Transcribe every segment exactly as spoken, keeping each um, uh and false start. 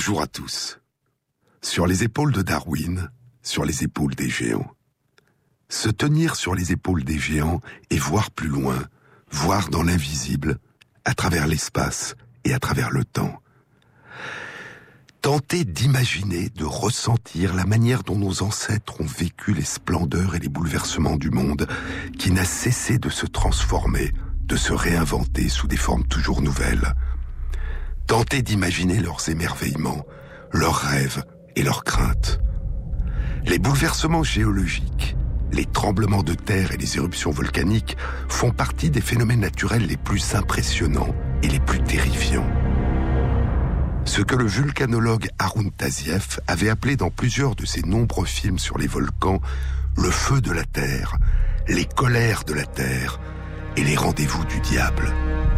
Bonjour à tous. Sur les épaules de Darwin, sur les épaules des géants. Se tenir sur les épaules des géants et voir plus loin, voir dans l'invisible, à travers l'espace et à travers le temps. Tenter d'imaginer, de ressentir la manière dont nos ancêtres ont vécu les splendeurs et les bouleversements du monde, qui n'a cessé de se transformer, de se réinventer sous des formes toujours nouvelles. Tenter d'imaginer leurs émerveillements, leurs rêves et leurs craintes. Les bouleversements géologiques, les tremblements de terre et les éruptions volcaniques font partie des phénomènes naturels les plus impressionnants et les plus terrifiants. Ce que le vulcanologue Harun Tazieff avait appelé dans plusieurs de ses nombreux films sur les volcans le feu de la terre, les colères de la terre et les rendez-vous du diable.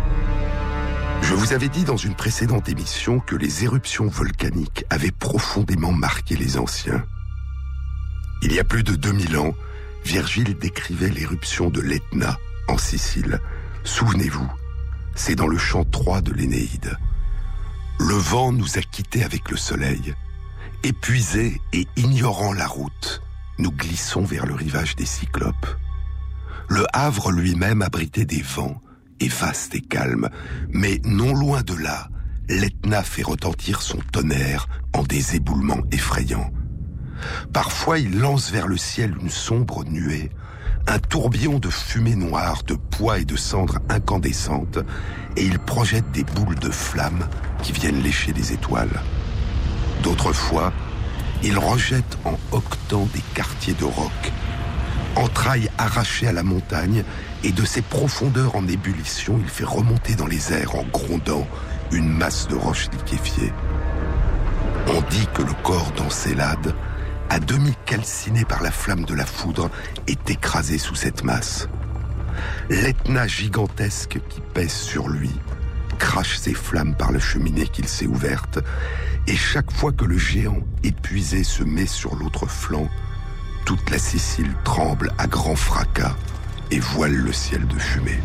Je vous avais dit dans une précédente émission que les éruptions volcaniques avaient profondément marqué les anciens. Il y a plus de deux mille ans, Virgile décrivait l'éruption de l'Etna, en Sicile. Souvenez-vous, c'est dans le chant trois de l'Énéide. Le vent nous a quittés avec le soleil. Épuisés et ignorant la route, nous glissons vers le rivage des Cyclopes. Le Havre lui-même abritait des vents, et vaste et calme, mais non loin de là, l'Etna fait retentir son tonnerre en des éboulements effrayants. Parfois, il lance vers le ciel une sombre nuée, un tourbillon de fumée noire, de poids et de cendres incandescentes, et il projette des boules de flammes qui viennent lécher les étoiles. D'autres fois, il rejette en hoquetant des quartiers de roc, entrailles arrachées à la montagne, et de ses profondeurs en ébullition, il fait remonter dans les airs en grondant une masse de roches liquéfiées. On dit que le corps d'Encélade, à demi calciné par la flamme de la foudre, est écrasé sous cette masse. L'Etna gigantesque qui pèse sur lui crache ses flammes par la cheminée qu'il s'est ouverte, et chaque fois que le géant épuisé se met sur l'autre flanc, toute la Sicile tremble à grand fracas et voile le ciel de fumée.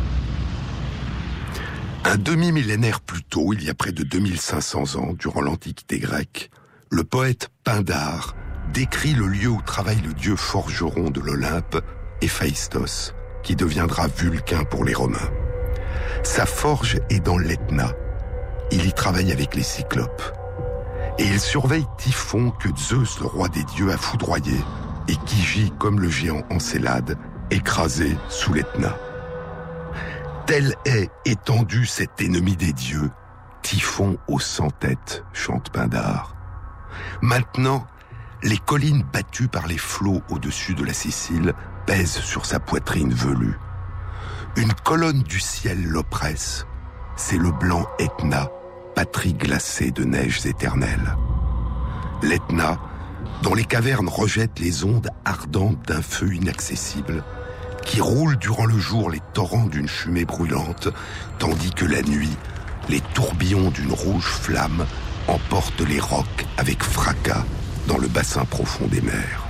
Un demi-millénaire plus tôt, il y a près de deux mille cinq cents ans, durant l'Antiquité grecque, le poète Pindare décrit le lieu où travaille le dieu forgeron de l'Olympe, Héphaïstos, qui deviendra Vulcain pour les Romains. Sa forge est dans l'Etna. Il y travaille avec les Cyclopes. Et il surveille Typhon que Zeus, le roi des dieux, a foudroyé et qui gît comme le géant Encélade, écrasé sous l'Etna. Tel est étendu cet ennemi des dieux, Typhon aux cent têtes, chante Pindare. Maintenant, les collines battues par les flots au-dessus de la Sicile pèsent sur sa poitrine velue. Une colonne du ciel l'oppresse, c'est le blanc Etna, patrie glacée de neiges éternelles. L'Etna, dont les cavernes rejettent les ondes ardentes d'un feu inaccessible, qui roule durant le jour les torrents d'une fumée brûlante, tandis que la nuit, les tourbillons d'une rouge flamme emportent les rocs avec fracas dans le bassin profond des mers.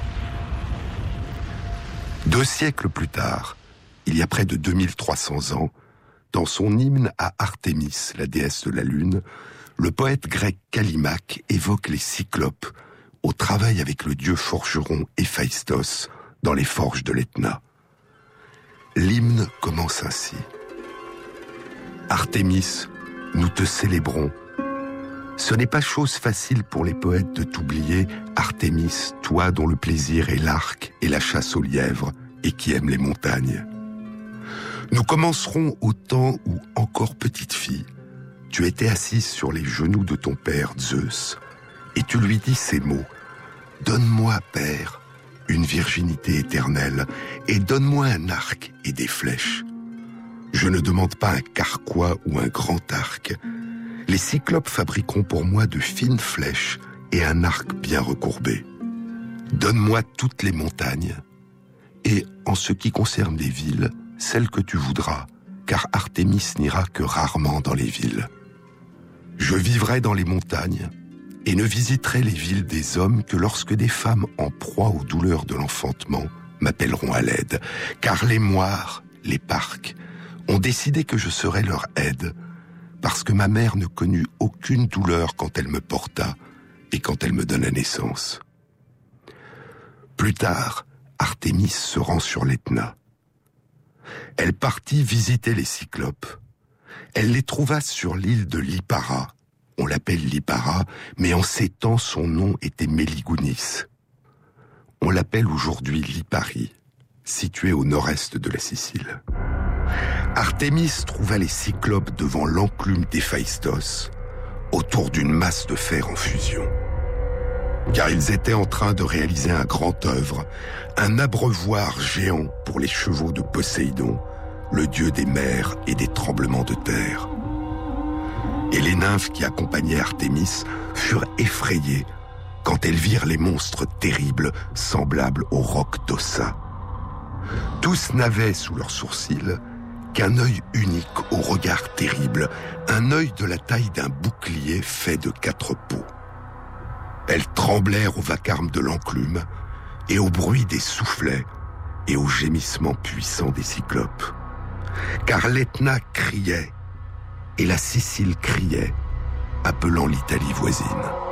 Deux siècles plus tard, il y a près de deux mille trois cents ans, dans son hymne à Artémis, la déesse de la lune, le poète grec Callimaque évoque les Cyclopes au travail avec le dieu forgeron Héphaïstos dans les forges de l'Etna. L'hymne commence ainsi. Artémis, nous te célébrons. Ce n'est pas chose facile pour les poètes de t'oublier, Artémis, toi dont le plaisir est l'arc et la chasse aux lièvres et qui aime les montagnes. Nous commencerons au temps où, encore petite fille, tu étais assise sur les genoux de ton père Zeus et tu lui dis ces mots. Donne-moi, père, une virginité éternelle, et donne-moi un arc et des flèches. Je ne demande pas un carquois ou un grand arc. Les Cyclopes fabriqueront pour moi de fines flèches et un arc bien recourbé. Donne-moi toutes les montagnes, et en ce qui concerne les villes, celles que tu voudras, car Artémis n'ira que rarement dans les villes. Je vivrai dans les montagnes, et ne visiterai les villes des hommes que lorsque des femmes en proie aux douleurs de l'enfantement m'appelleront à l'aide, car les moires, les parcs, ont décidé que je serai leur aide, parce que ma mère ne connut aucune douleur quand elle me porta et quand elle me donna naissance. Plus tard, Artémis se rend sur l'Etna. Elle partit visiter les Cyclopes. Elle les trouva sur l'île de Lipara. On l'appelle Lipara, mais en ces temps, son nom était Méligounis. On l'appelle aujourd'hui Lipari, située au nord-est de la Sicile. Artémis trouva les Cyclopes devant l'enclume d'Héphaïstos, autour d'une masse de fer en fusion. Car ils étaient en train de réaliser un grand œuvre, un abreuvoir géant pour les chevaux de Poséidon, le dieu des mers et des tremblements de terre. Et les nymphes qui accompagnaient Artémis furent effrayées quand elles virent les monstres terribles semblables aux rocs d'Ossa. Tous n'avaient sous leurs sourcils qu'un œil unique au regard terrible, un œil de la taille d'un bouclier fait de quatre peaux. Elles tremblèrent au vacarme de l'enclume et au bruit des soufflets et au gémissement puissant des cyclopes. Car l'Etna criait et la Sicile criait, appelant l'Italie voisine.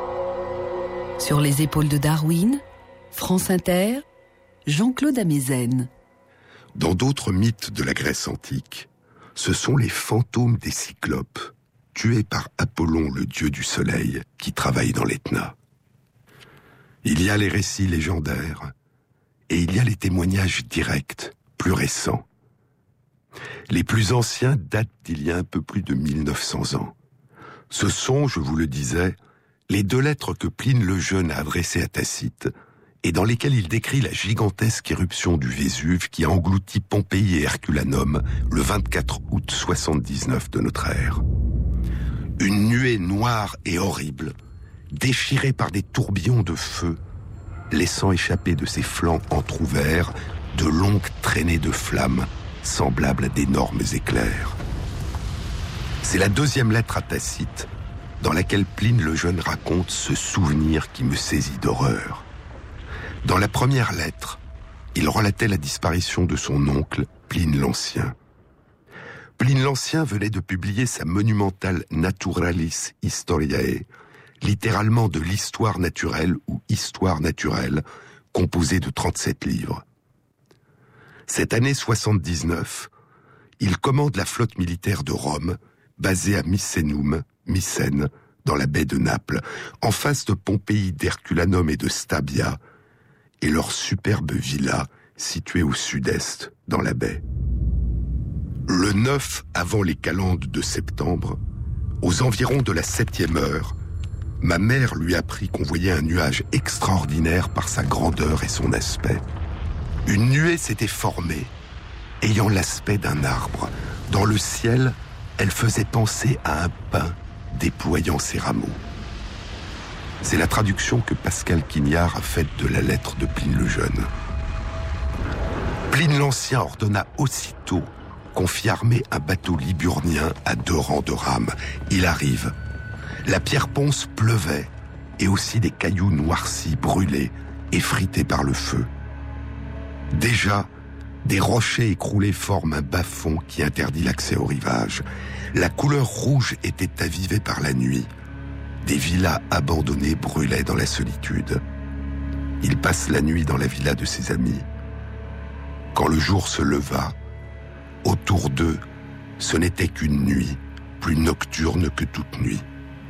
Sur les épaules de Darwin, France Inter, Jean-Claude Amezen. Dans d'autres mythes de la Grèce antique, ce sont les fantômes des cyclopes, tués par Apollon, le dieu du soleil, qui travaillent dans l'Etna. Il y a les récits légendaires, et il y a les témoignages directs, plus récents. Les plus anciens datent d'il y a un peu plus de mille neuf cents ans. Ce sont, je vous le disais, les deux lettres que Pline le Jeune a adressées à Tacite, et dans lesquelles il décrit la gigantesque éruption du Vésuve qui a englouti Pompéi et Herculanum le vingt-quatre août soixante-dix-neuf de notre ère. Une nuée noire et horrible, déchirée par des tourbillons de feu, laissant échapper de ses flancs entr'ouverts de longues traînées de flammes semblables à d'énormes éclairs. C'est la deuxième lettre à Tacite, dans laquelle Pline le Jeune raconte ce souvenir qui me saisit d'horreur. Dans la première lettre, il relatait la disparition de son oncle, Pline l'Ancien. Pline l'Ancien venait de publier sa monumentale Naturalis Historiae, littéralement de l'histoire naturelle ou histoire naturelle, composée de trente-sept livres. Cette année soixante-dix-neuf, il commande la flotte militaire de Rome, basée à Misenum, Mycène, dans la baie de Naples, en face de Pompéi, d'Herculanum et de Stabia, et leur superbe villa située au sud-est, dans la baie. Le neuf avant les calendes de septembre, aux environs de la septième heure, ma mère lui apprit qu'on voyait un nuage extraordinaire par sa grandeur et son aspect. Une nuée s'était formée, ayant l'aspect d'un arbre. Dans le ciel, elle faisait penser à un pin déployant ses rameaux. C'est la traduction que Pascal Quignard a faite de la lettre de Pline le Jeune. Pline l'Ancien ordonna aussitôt qu'on fit armer un bateau liburnien à deux rangs de rames. Il arrive. La pierre ponce pleuvait, et aussi des cailloux noircis, brûlés, effrités par le feu. Déjà, des rochers écroulés forment un bas-fond qui interdit l'accès au rivage. La couleur rouge était avivée par la nuit. Des villas abandonnées brûlaient dans la solitude. Il passe la nuit dans la villa de ses amis. Quand le jour se leva, autour d'eux, ce n'était qu'une nuit, plus nocturne que toute nuit.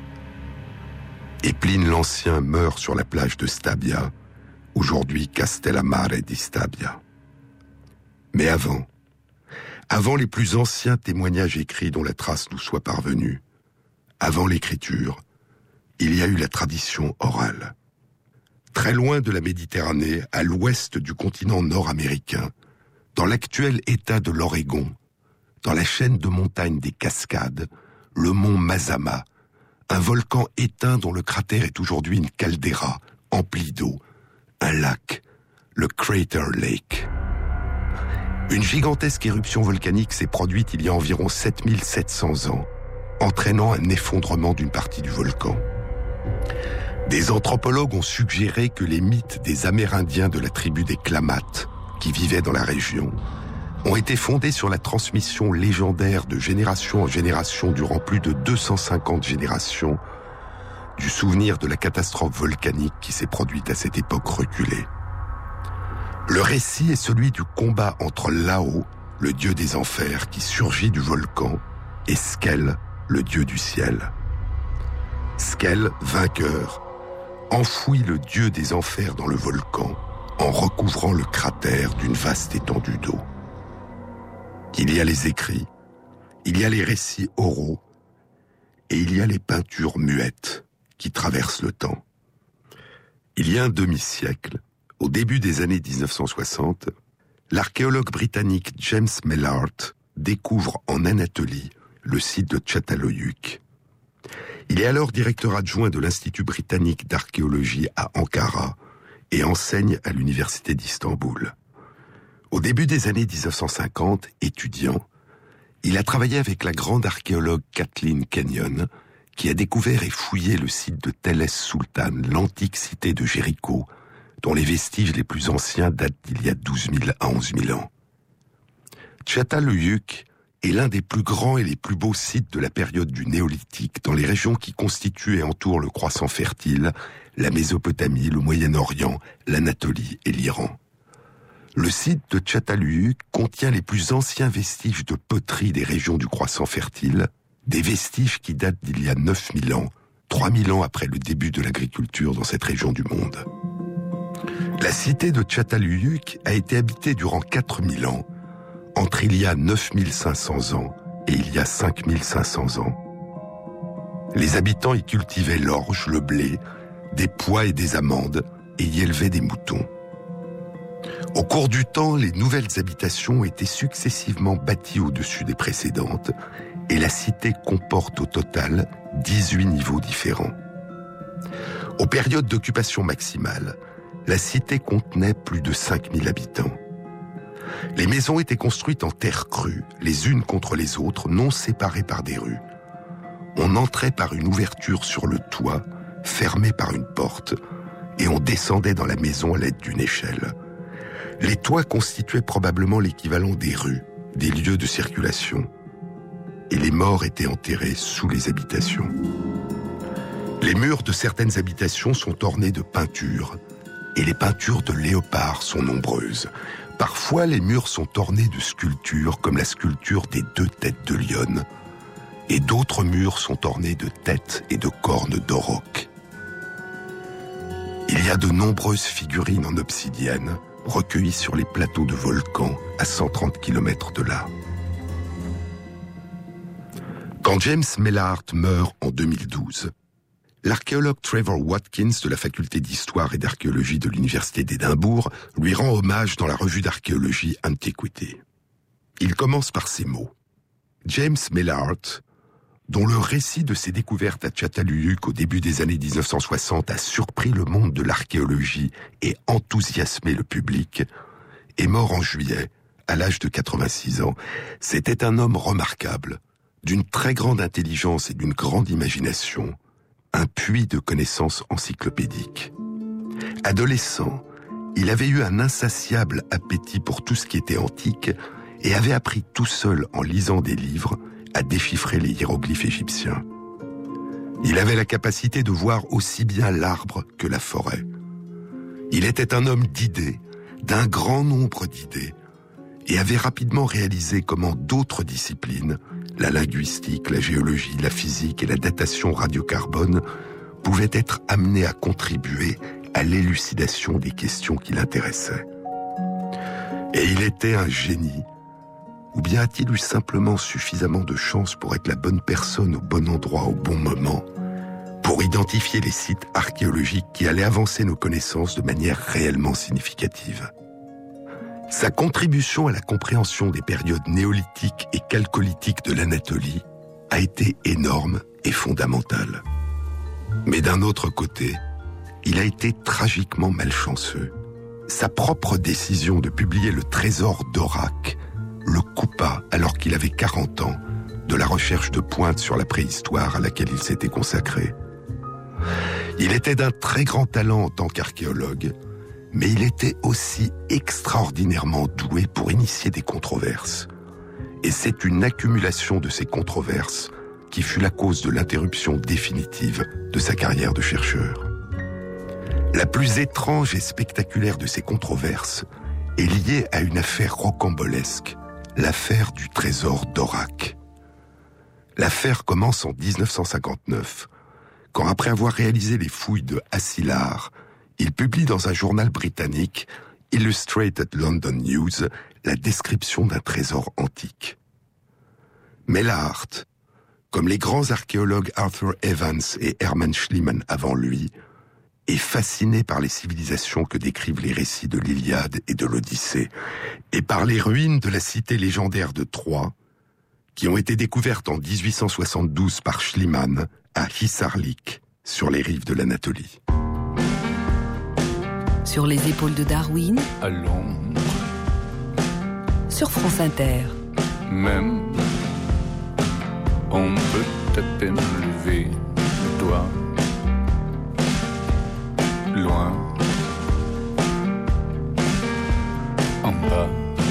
Et Pline l'Ancien meurt sur la plage de Stabia, aujourd'hui Castellamare di Stabia. Mais avant, avant les plus anciens témoignages écrits dont la trace nous soit parvenue, avant l'écriture, il y a eu la tradition orale. Très loin de la Méditerranée, à l'ouest du continent nord-américain, dans l'actuel état de l'Oregon, dans la chaîne de montagnes des Cascades, le mont Mazama, un volcan éteint dont le cratère est aujourd'hui une caldeira emplie d'eau, un lac, le Crater Lake. Une gigantesque éruption volcanique s'est produite il y a environ sept mille sept cents ans, entraînant un effondrement d'une partie du volcan. Des anthropologues ont suggéré que les mythes des Amérindiens de la tribu des Klamath, qui vivaient dans la région, ont été fondés sur la transmission légendaire de génération en génération durant plus de deux cent cinquante générations du souvenir de la catastrophe volcanique qui s'est produite à cette époque reculée. Le récit est celui du combat entre Lao, le dieu des enfers qui surgit du volcan, et Skell, le dieu du ciel. Skell, vainqueur, enfouit le dieu des enfers dans le volcan en recouvrant le cratère d'une vaste étendue d'eau. Il y a les écrits, il y a les récits oraux, et il y a les peintures muettes qui traversent le temps. Il y a un demi-siècle, au début des années dix-neuf cent soixante, l'archéologue britannique James Mellart découvre en Anatolie le site de Çatalhöyük. Il est alors directeur adjoint de l'Institut britannique d'archéologie à Ankara et enseigne à l'université d'Istanbul. Au début des années dix-neuf cent cinquante, étudiant, il a travaillé avec la grande archéologue Kathleen Kenyon, qui a découvert et fouillé le site de Tell es-Sultan, l'antique cité de Jéricho, dont les vestiges les plus anciens datent d'il y a douze mille à onze mille ans. Çatalhöyük est l'un des plus grands et les plus beaux sites de la période du néolithique dans les régions qui constituent et entourent le croissant fertile, la Mésopotamie, le Moyen-Orient, l'Anatolie et l'Iran. Le site de Çatalhöyük contient les plus anciens vestiges de poterie des régions du croissant fertile, des vestiges qui datent d'il y a neuf mille ans, trois mille ans après le début de l'agriculture dans cette région du monde. La cité de Çatalhöyük a été habitée durant quatre mille ans, entre il y a neuf mille cinq cents ans et il y a cinq mille cinq cents ans. Les habitants y cultivaient l'orge, le blé, des pois et des amandes, et y élevaient des moutons. Au cours du temps, les nouvelles habitations étaient successivement bâties au-dessus des précédentes, et la cité comporte au total dix-huit niveaux différents. Aux périodes d'occupation maximale, la cité contenait plus de cinq mille habitants. Les maisons étaient construites en terre crue, les unes contre les autres, non séparées par des rues. On entrait par une ouverture sur le toit, fermée par une porte, et on descendait dans la maison à l'aide d'une échelle. Les toits constituaient probablement l'équivalent des rues, des lieux de circulation. Et les morts étaient enterrés sous les habitations. Les murs de certaines habitations sont ornés de peintures, et les peintures de léopards sont nombreuses. Parfois, les murs sont ornés de sculptures, comme la sculpture des deux têtes de lionne, et d'autres murs sont ornés de têtes et de cornes d'auroch. Il y a de nombreuses figurines en obsidienne, recueillies sur les plateaux de volcans à cent trente kilomètres de là. Quand James Mellart meurt en deux mille douze, l'archéologue Trevor Watkins de la faculté d'histoire et d'archéologie de l'université d'Édimbourg lui rend hommage dans la revue d'archéologie Antiquity. Il commence par ces mots. James Mellart, dont le récit de ses découvertes à Çatalhöyük au début des années dix-neuf cent soixante a surpris le monde de l'archéologie et enthousiasmé le public, est mort en juillet, à l'âge de quatre-vingt-six ans. C'était un homme remarquable, d'une très grande intelligence et d'une grande imagination, un puits de connaissances encyclopédiques. Adolescent, il avait eu un insatiable appétit pour tout ce qui était antique et avait appris tout seul en lisant des livres à déchiffrer les hiéroglyphes égyptiens. Il avait la capacité de voir aussi bien l'arbre que la forêt. Il était un homme d'idées, d'un grand nombre d'idées, et avait rapidement réalisé comment d'autres disciplines, la linguistique, la géologie, la physique et la datation radiocarbone, pouvaient être amenées à contribuer à l'élucidation des questions qui l'intéressaient. Et il était un génie. Ou bien a-t-il eu simplement suffisamment de chance pour être la bonne personne au bon endroit au bon moment, pour identifier les sites archéologiques qui allaient avancer nos connaissances de manière réellement significative. Sa contribution à la compréhension des périodes néolithiques et chalcolithiques de l'Anatolie a été énorme et fondamentale. Mais d'un autre côté, il a été tragiquement malchanceux. Sa propre décision de publier le trésor d'Aurak le coupa, alors qu'il avait quarante ans, de la recherche de pointe sur la préhistoire à laquelle il s'était consacré. Il était d'un très grand talent en tant qu'archéologue, Mais il était aussi extraordinairement doué pour initier des controverses. Et c'est une accumulation de ces controverses qui fut la cause de l'interruption définitive de sa carrière de chercheur. La plus étrange et spectaculaire de ces controverses est liée à une affaire rocambolesque, l'affaire du trésor d'Orach. L'affaire commence en dix-neuf cent cinquante-neuf, quand après avoir réalisé les fouilles de Asillar, il publie dans un journal britannique, Illustrated London News, la description d'un trésor antique. Mellart, comme les grands archéologues Arthur Evans et Hermann Schliemann avant lui, est fasciné par les civilisations que décrivent les récits de l'Iliade et de l'Odyssée, et par les ruines de la cité légendaire de Troie, qui ont été découvertes en dix-huit cent soixante-douze par Schliemann à Hisarlik, sur les rives de l'Anatolie. Sur les épaules de Darwin, à l'ombre, sur France Inter. Même, on peut à peine lever le doigt. Loin, en bas,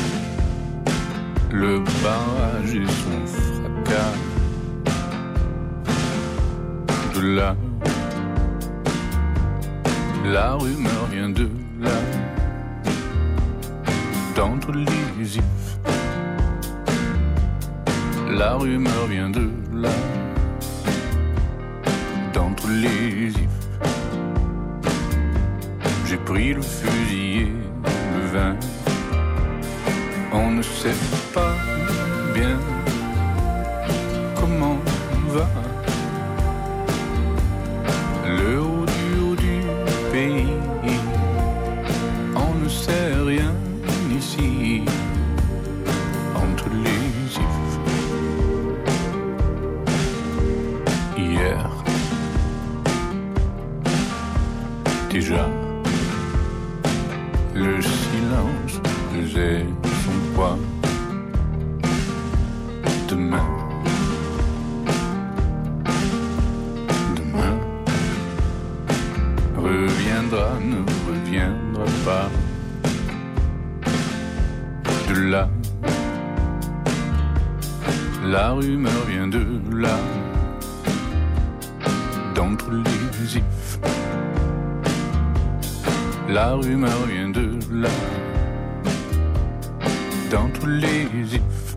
le barrage et son fracas. De là, la rumeur vient de là, d'entre les ifs. La rumeur vient de là, d'entre les ifs. J'ai pris le fusil et le vin. On ne sait pas bien comment va le haut du haut du pays. On ne sait rien ici entre les ifs. Hier, déjà, le silence faisait son poids. Demain, demain reviendra, ne reviendra pas. De là, la rumeur vient de là, d'entre les ifs. La rumeur vient de là, d'entre les ifs.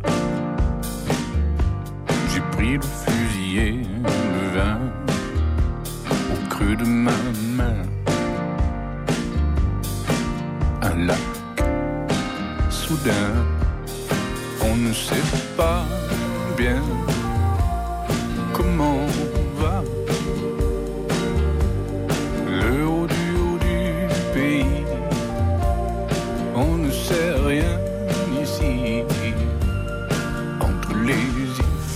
J'ai pris le fusil et le vin au creux de ma main. Un lac soudain, on ne sait pas bien comment va le haut du haut du pays. On ne sait rien ici entre les ifs.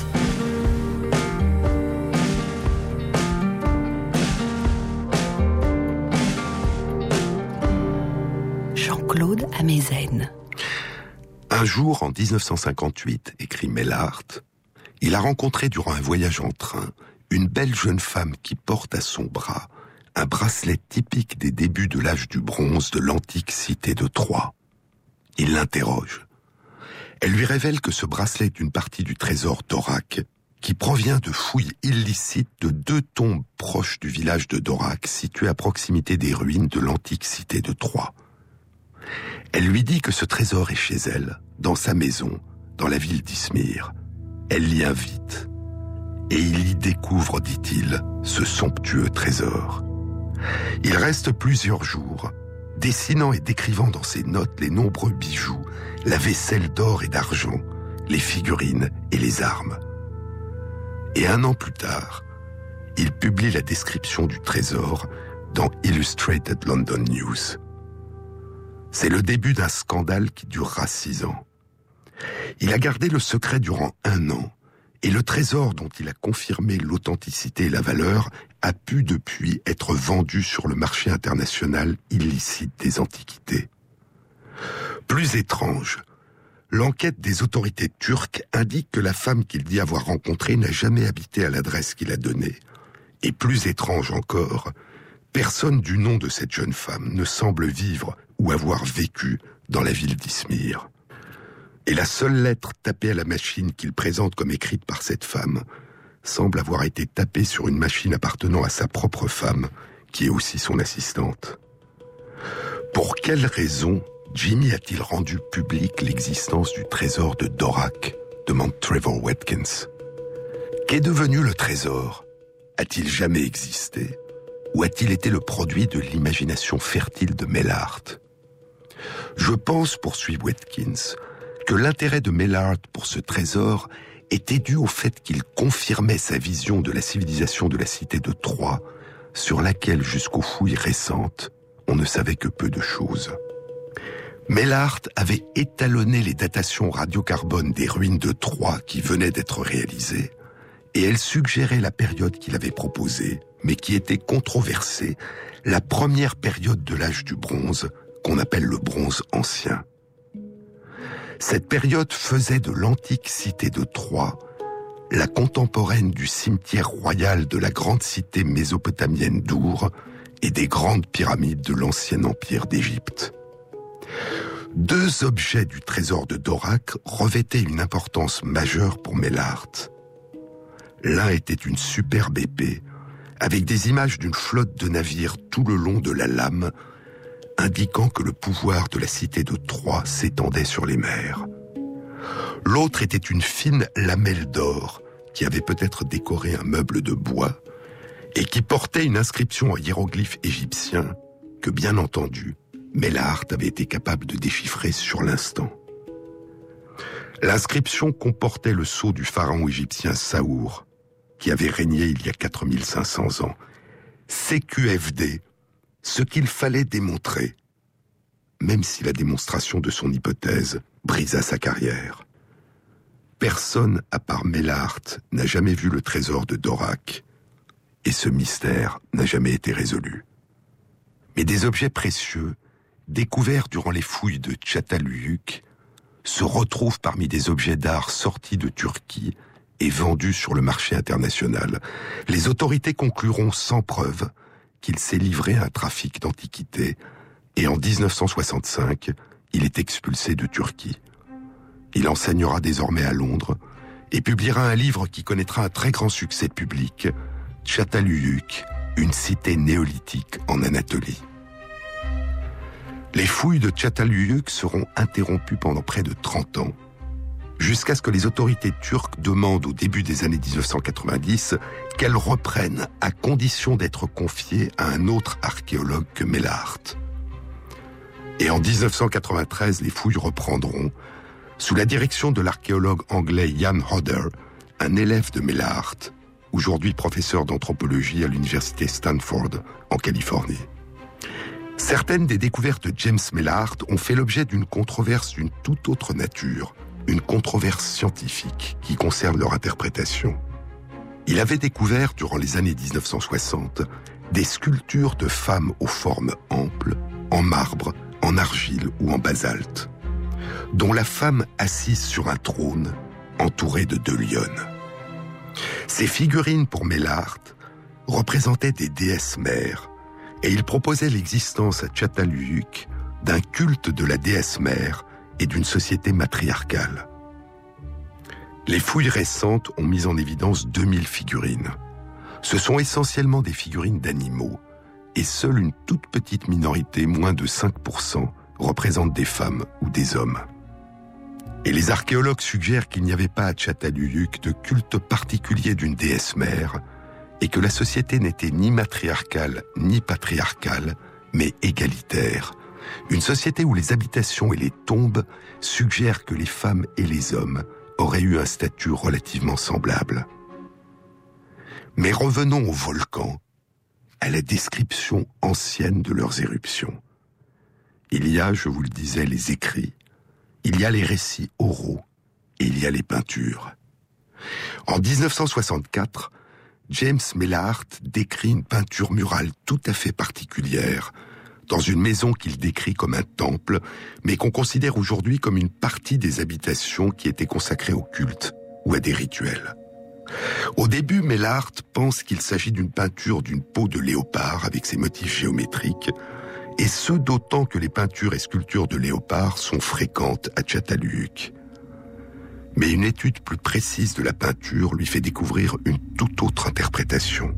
Jean-Claude Amezen. Un jour, en dix-neuf cent cinquante-huit, écrit Mellart, il a rencontré durant un voyage en train une belle jeune femme qui porte à son bras un bracelet typique des débuts de l'âge du bronze de l'antique cité de Troie. Il l'interroge. Elle lui révèle que ce bracelet est une partie du trésor d'Orach, qui provient de fouilles illicites de deux tombes proches du village de Dorach, situé à proximité des ruines de l'antique cité de Troie. Elle lui dit que ce trésor est chez elle, dans sa maison, dans la ville d'Izmir. Elle l'y invite. Et il y découvre, dit-il, ce somptueux trésor. Il reste plusieurs jours, dessinant et décrivant dans ses notes les nombreux bijoux, la vaisselle d'or et d'argent, les figurines et les armes. Et un an plus tard, il publie la description du trésor dans Illustrated London News. C'est le début d'un scandale qui durera six ans. Il a gardé le secret durant un an, et le trésor dont il a confirmé l'authenticité et la valeur a pu depuis être vendu sur le marché international illicite des antiquités. Plus étrange, l'enquête des autorités turques indique que la femme qu'il dit avoir rencontrée n'a jamais habité à l'adresse qu'il a donnée. Et plus étrange encore, Personne du nom de cette jeune femme ne semble vivre ou avoir vécu dans la ville d'Izmir. Et la seule lettre tapée à la machine qu'il présente comme écrite par cette femme semble avoir été tapée sur une machine appartenant à sa propre femme, qui est aussi son assistante. Pour quelle raison Jimmy a-t-il rendu public l'existence du trésor de Dvorak, demande Trevor Watkins. Qu'est devenu le trésor? A-t-il jamais existé? Ou a-t-il été le produit de l'imagination fertile de Mellart? Je pense, poursuit Watkins, que l'intérêt de Mellart pour ce trésor était dû au fait qu'il confirmait sa vision de la civilisation de la cité de Troie, sur laquelle, jusqu'aux fouilles récentes, on ne savait que peu de choses. Mellart avait étalonné les datations radiocarbone des ruines de Troie qui venaient d'être réalisées, et elle suggérait la période qu'il avait proposée, mais qui était controversée, la première période de l'âge du bronze, qu'on appelle le bronze ancien. Cette période faisait de l'antique cité de Troie la contemporaine du cimetière royal de la grande cité mésopotamienne d'Our et des grandes pyramides de l'ancien empire d'Égypte. Deux objets du trésor de Dvorak revêtaient une importance majeure pour Mellart. L'un était une superbe épée, avec des images d'une flotte de navires tout le long de la lame, indiquant que le pouvoir de la cité de Troie s'étendait sur les mers. L'autre était une fine lamelle d'or, qui avait peut-être décoré un meuble de bois, et qui portait une inscription en hiéroglyphe égyptien que, bien entendu, Mellart avait été capable de déchiffrer sur l'instant. L'inscription comportait le sceau du pharaon égyptien Saour, qui avait régné il y a quatre mille cinq cents ans. C Q F D, ce qu'il fallait démontrer, même si la démonstration de son hypothèse brisa sa carrière. Personne, à part Mellart, n'a jamais vu le trésor de Dvorak, et ce mystère n'a jamais été résolu. Mais des objets précieux, découverts durant les fouilles de Çatalhöyük, se retrouvent parmi des objets d'art sortis de Turquie et vendus sur le marché international. Les autorités concluront sans preuve qu'il s'est livré à un trafic d'antiquités, et en dix-neuf cent soixante-cinq, il est expulsé de Turquie. Il enseignera désormais à Londres et publiera un livre qui connaîtra un très grand succès public, Çatalhöyük, une cité néolithique en Anatolie. Les fouilles de Çatalhöyük seront interrompues pendant près de trente ans, jusqu'à ce que les autorités turques demandent au début des années dix-neuf cent quatre-vingt-dix qu'elles reprennent à condition d'être confiées à un autre archéologue que Mellart. Et en dix-neuf cent quatre-vingt-treize, les fouilles reprendront sous la direction de l'archéologue anglais Ian Hodder, un élève de Mellart, aujourd'hui professeur d'anthropologie à l'université Stanford en Californie. Certaines des découvertes de James Mellart ont fait l'objet d'une controverse d'une toute autre nature, une controverse scientifique qui concerne leur interprétation. Il avait découvert, durant les années dix-neuf cent soixante, des sculptures de femmes aux formes amples, en marbre, en argile ou en basalte, dont la femme assise sur un trône, entourée de deux lionnes. Ces figurines pour Mellart représentaient des déesses mères, et il proposait l'existence à Çatalhöyük d'un culte de la déesse mère et d'une société matriarcale. Les fouilles récentes ont mis en évidence deux mille figurines. Ce sont essentiellement des figurines d'animaux, et seule une toute petite minorité, moins de cinq pour cent, représente des femmes ou des hommes. Et les archéologues suggèrent qu'il n'y avait pas à Çatalhöyük de culte particulier d'une déesse mère, et que la société n'était ni matriarcale ni patriarcale, mais égalitaire. Une société où les habitations et les tombes suggèrent que les femmes et les hommes auraient eu un statut relativement semblable. Mais revenons aux volcans, à la description ancienne de leurs éruptions. Il y a, je vous le disais, les écrits, il y a les récits oraux, et il y a les peintures. En dix-neuf cent soixante-quatre, James Mellart décrit une peinture murale tout à fait particulière, dans une maison qu'il décrit comme un temple, mais qu'on considère aujourd'hui comme une partie des habitations qui étaient consacrées au culte ou à des rituels. Au début, Mellart pense qu'il s'agit d'une peinture d'une peau de léopard avec ses motifs géométriques, et ce d'autant que les peintures et sculptures de léopard sont fréquentes à Çatalhöyük. Mais une étude plus précise de la peinture lui fait découvrir une toute autre interprétation.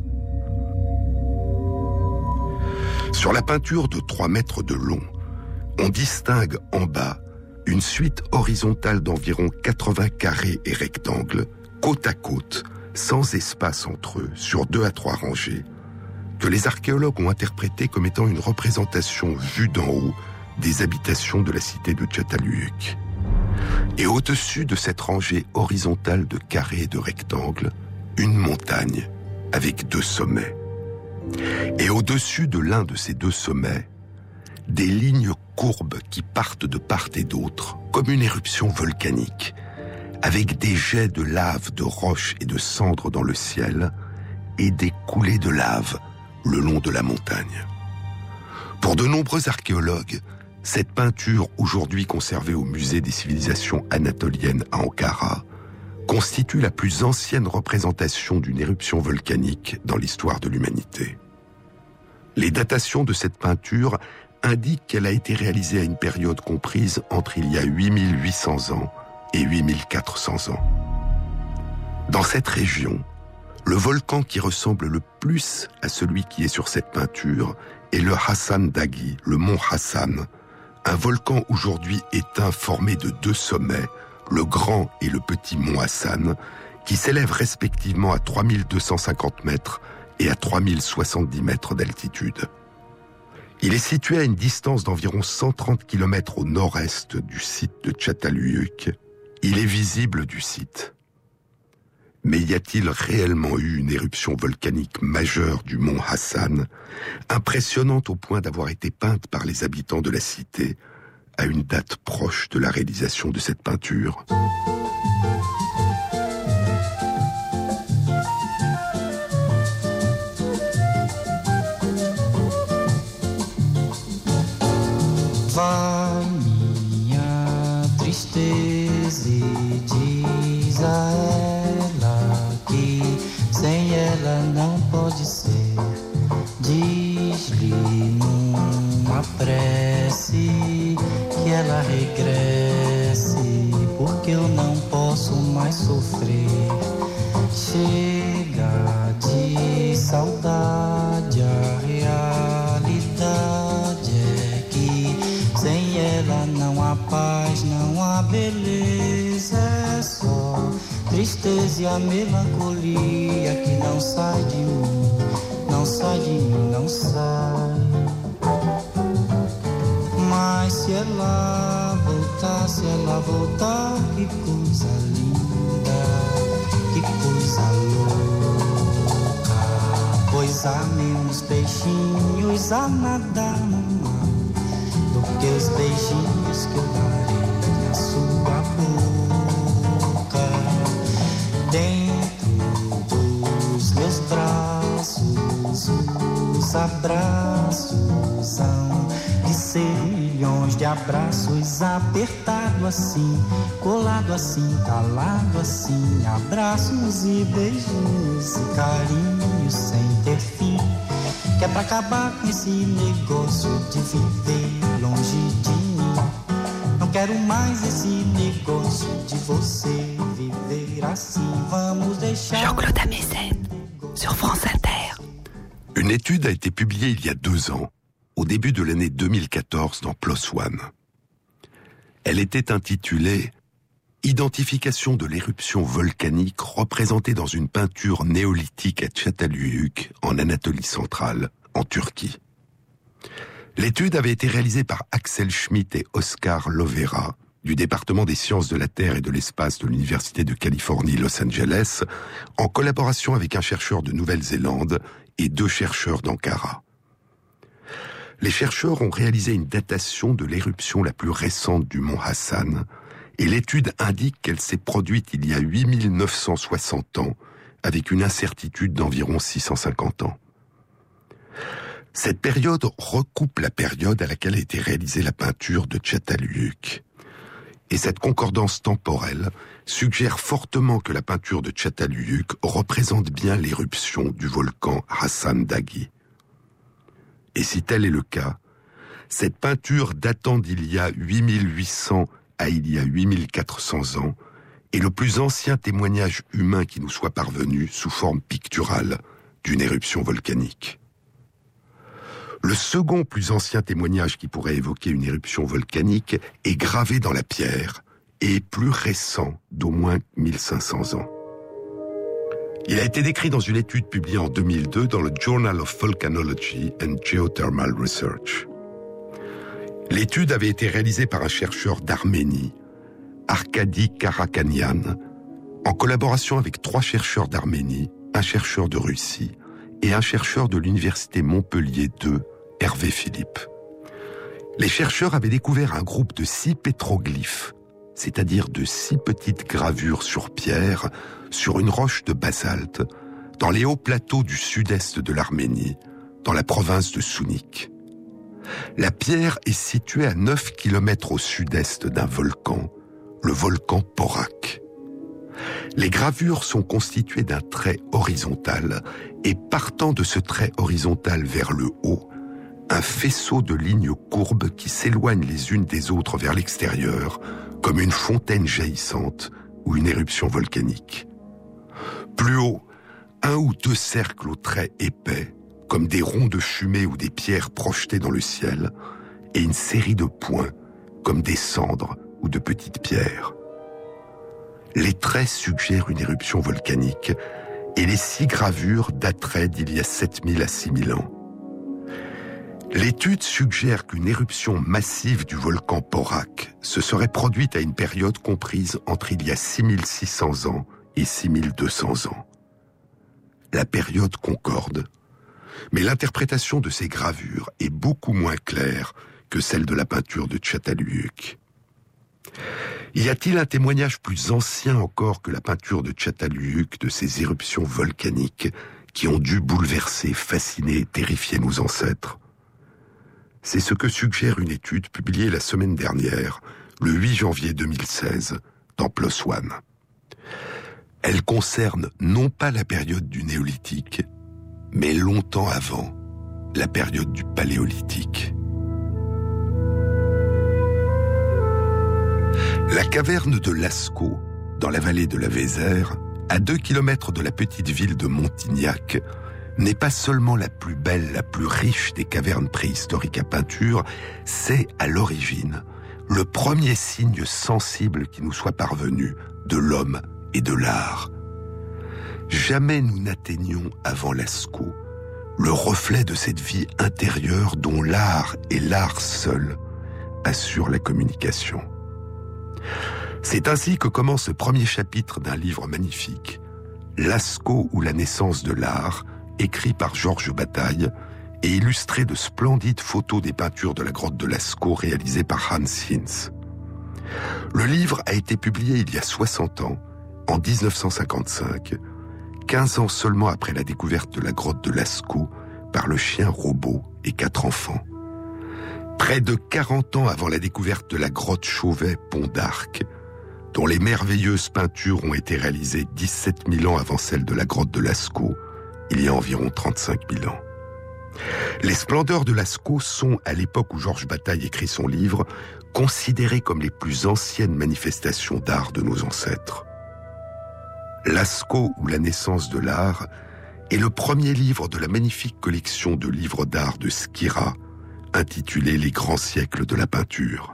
Sur la peinture de trois mètres de long, on distingue en bas une suite horizontale d'environ quatre-vingts carrés et rectangles, côte à côte, sans espace entre eux, sur deux à trois rangées, que les archéologues ont interprété comme étant une représentation vue d'en haut des habitations de la cité de Çatalhöyük. Et au-dessus de cette rangée horizontale de carrés et de rectangles, une montagne avec deux sommets. Et au-dessus de l'un de ces deux sommets, des lignes courbes qui partent de part et d'autre, comme une éruption volcanique, avec des jets de lave, de roches et de cendres dans le ciel, et des coulées de lave le long de la montagne. Pour de nombreux archéologues, cette peinture, aujourd'hui conservée au musée des civilisations anatoliennes à Ankara, constitue la plus ancienne représentation d'une éruption volcanique dans l'histoire de l'humanité. Les datations de cette peinture indiquent qu'elle a été réalisée à une période comprise entre il y a huit mille huit cents ans et huit mille quatre cents ans. Dans cette région, le volcan qui ressemble le plus à celui qui est sur cette peinture est le Hasan Daghi, le mont Hassan, un volcan aujourd'hui éteint formé de deux sommets, le grand et le petit mont Hassan, qui s'élèvent respectivement à trois mille deux cent cinquante mètres et à trois mille soixante-dix mètres d'altitude. Il est situé à une distance d'environ cent trente kilomètres au nord-est du site de Çatalhöyük. Il est visible du site. Mais y a-t-il réellement eu une éruption volcanique majeure du mont Hassan, impressionnante au point d'avoir été peinte par les habitants de la cité à une date proche de la réalisation de cette peinture ? Vai minha tristeza e diz a ela que sem ela não pode ser. Diz-lhe numa prece que ela regresse, porque eu não posso mais sofrer. Chega de saudade, a realidade é que sem ela não há paz, não há beleza, é só tristeza e a melancolia que não sai de mim, não sai de mim, não sai. Mas se ela voltar, se ela voltar, que coisa linda, que coisa louca. Pois há menos peixinhos a nadar no mar do que os beijinhos que eu darei na sua boca. Dentro dos meus braços, os abraços hão de ser milhões de abraços, apertado assim, colado assim, calado assim, abraços e beijinhos e carinhos sem ter fim, que é pra acabar com esse negócio de viver longe de mim. Não quero mais esse negócio de você viver assim. Vamos deixar... Jean-Claude Amezen, sur France Inter. Une étude a été publiée il y a deux ans, au début de l'année deux mille quatorze dans PLOS ONE. Elle était intitulée « Identification de l'éruption volcanique représentée dans une peinture néolithique à Çatalhöyük, en Anatolie centrale, en Turquie ». L'étude avait été réalisée par Axel Schmidt et Oscar Lovera, du département des sciences de la Terre et de l'espace de l'Université de Californie Los Angeles, en collaboration avec un chercheur de Nouvelle-Zélande et deux chercheurs d'Ankara. Les chercheurs ont réalisé une datation de l'éruption la plus récente du mont Hassan, et l'étude indique qu'elle s'est produite il y a huit mille neuf cent soixante ans, avec une incertitude d'environ six cent cinquante ans. Cette période recoupe la période à laquelle a été réalisée la peinture de Çatalhöyük. Et cette concordance temporelle suggère fortement que la peinture de Çatalhöyük représente bien l'éruption du volcan Hasan Dağ. Et si tel est le cas, cette peinture datant d'il y a huit mille huit cents à il y a huit mille quatre cents ans est le plus ancien témoignage humain qui nous soit parvenu sous forme picturale d'une éruption volcanique. Le second plus ancien témoignage qui pourrait évoquer une éruption volcanique est gravé dans la pierre et est plus récent d'au moins mille cinq cents ans. Il a été décrit dans une étude publiée en deux mille deux dans le Journal of Volcanology and Geothermal Research. L'étude avait été réalisée par un chercheur d'Arménie, Arkady Karakanian, en collaboration avec trois chercheurs d'Arménie, un chercheur de Russie et un chercheur de l'université Montpellier deux, Hervé Philippe. Les chercheurs avaient découvert un groupe de six pétroglyphes, c'est-à-dire de six petites gravures sur pierre, sur une roche de basalte, dans les hauts plateaux du sud-est de l'Arménie, dans la province de Sounik. La pierre est située à neuf kilomètres au sud-est d'un volcan, le volcan Porak. Les gravures sont constituées d'un trait horizontal et partant de ce trait horizontal vers le haut, un faisceau de lignes courbes qui s'éloignent les unes des autres vers l'extérieur, comme une fontaine jaillissante ou une éruption volcanique. Plus haut, un ou deux cercles au trait épais, comme des ronds de fumée ou des pierres projetées dans le ciel, et une série de points, comme des cendres ou de petites pierres. Les traits suggèrent une éruption volcanique, et les six gravures dateraient d'il y a sept mille à six mille ans. L'étude suggère qu'une éruption massive du volcan Porak se serait produite à une période comprise entre il y a six mille six cents ans et six mille deux cents ans. La période concorde, mais l'interprétation de ces gravures est beaucoup moins claire que celle de la peinture de Çatalhöyük. Y a-t-il un témoignage plus ancien encore que la peinture de Çatalhöyük de ces éruptions volcaniques qui ont dû bouleverser, fasciner et terrifier nos ancêtres? C'est ce que suggère une étude publiée la semaine dernière, le huit janvier deux mille seize, dans PLOS ONE. Elle concerne non pas la période du néolithique, mais longtemps avant, la période du paléolithique. La caverne de Lascaux, dans la vallée de la Vézère, à deux kilomètres de la petite ville de Montignac, n'est pas seulement la plus belle, la plus riche des cavernes préhistoriques à peinture, c'est, à l'origine, le premier signe sensible qui nous soit parvenu de l'homme et de l'art. Jamais nous n'atteignions avant Lascaux le reflet de cette vie intérieure dont l'art et l'art seul assurent la communication. C'est ainsi que commence le premier chapitre d'un livre magnifique, Lascaux ou la naissance de l'art, écrit par Georges Bataille et illustré de splendides photos des peintures de la grotte de Lascaux réalisées par Hans Hinz. Le livre a été publié il y a soixante ans, en dix-neuf cent cinquante-cinq, quinze ans seulement après la découverte de la grotte de Lascaux par le chien robot et quatre enfants. Près de quarante ans avant la découverte de la grotte Chauvet-Pont d'Arc, dont les merveilleuses peintures ont été réalisées dix-sept mille ans avant celle de la grotte de Lascaux, il y a environ trente-cinq mille ans. Les splendeurs de Lascaux sont, à l'époque où Georges Bataille écrit son livre, considérées comme les plus anciennes manifestations d'art de nos ancêtres. Lascaux ou la naissance de l'art est le premier livre de la magnifique collection de livres d'art de Skira, intitulé Les grands siècles de la peinture.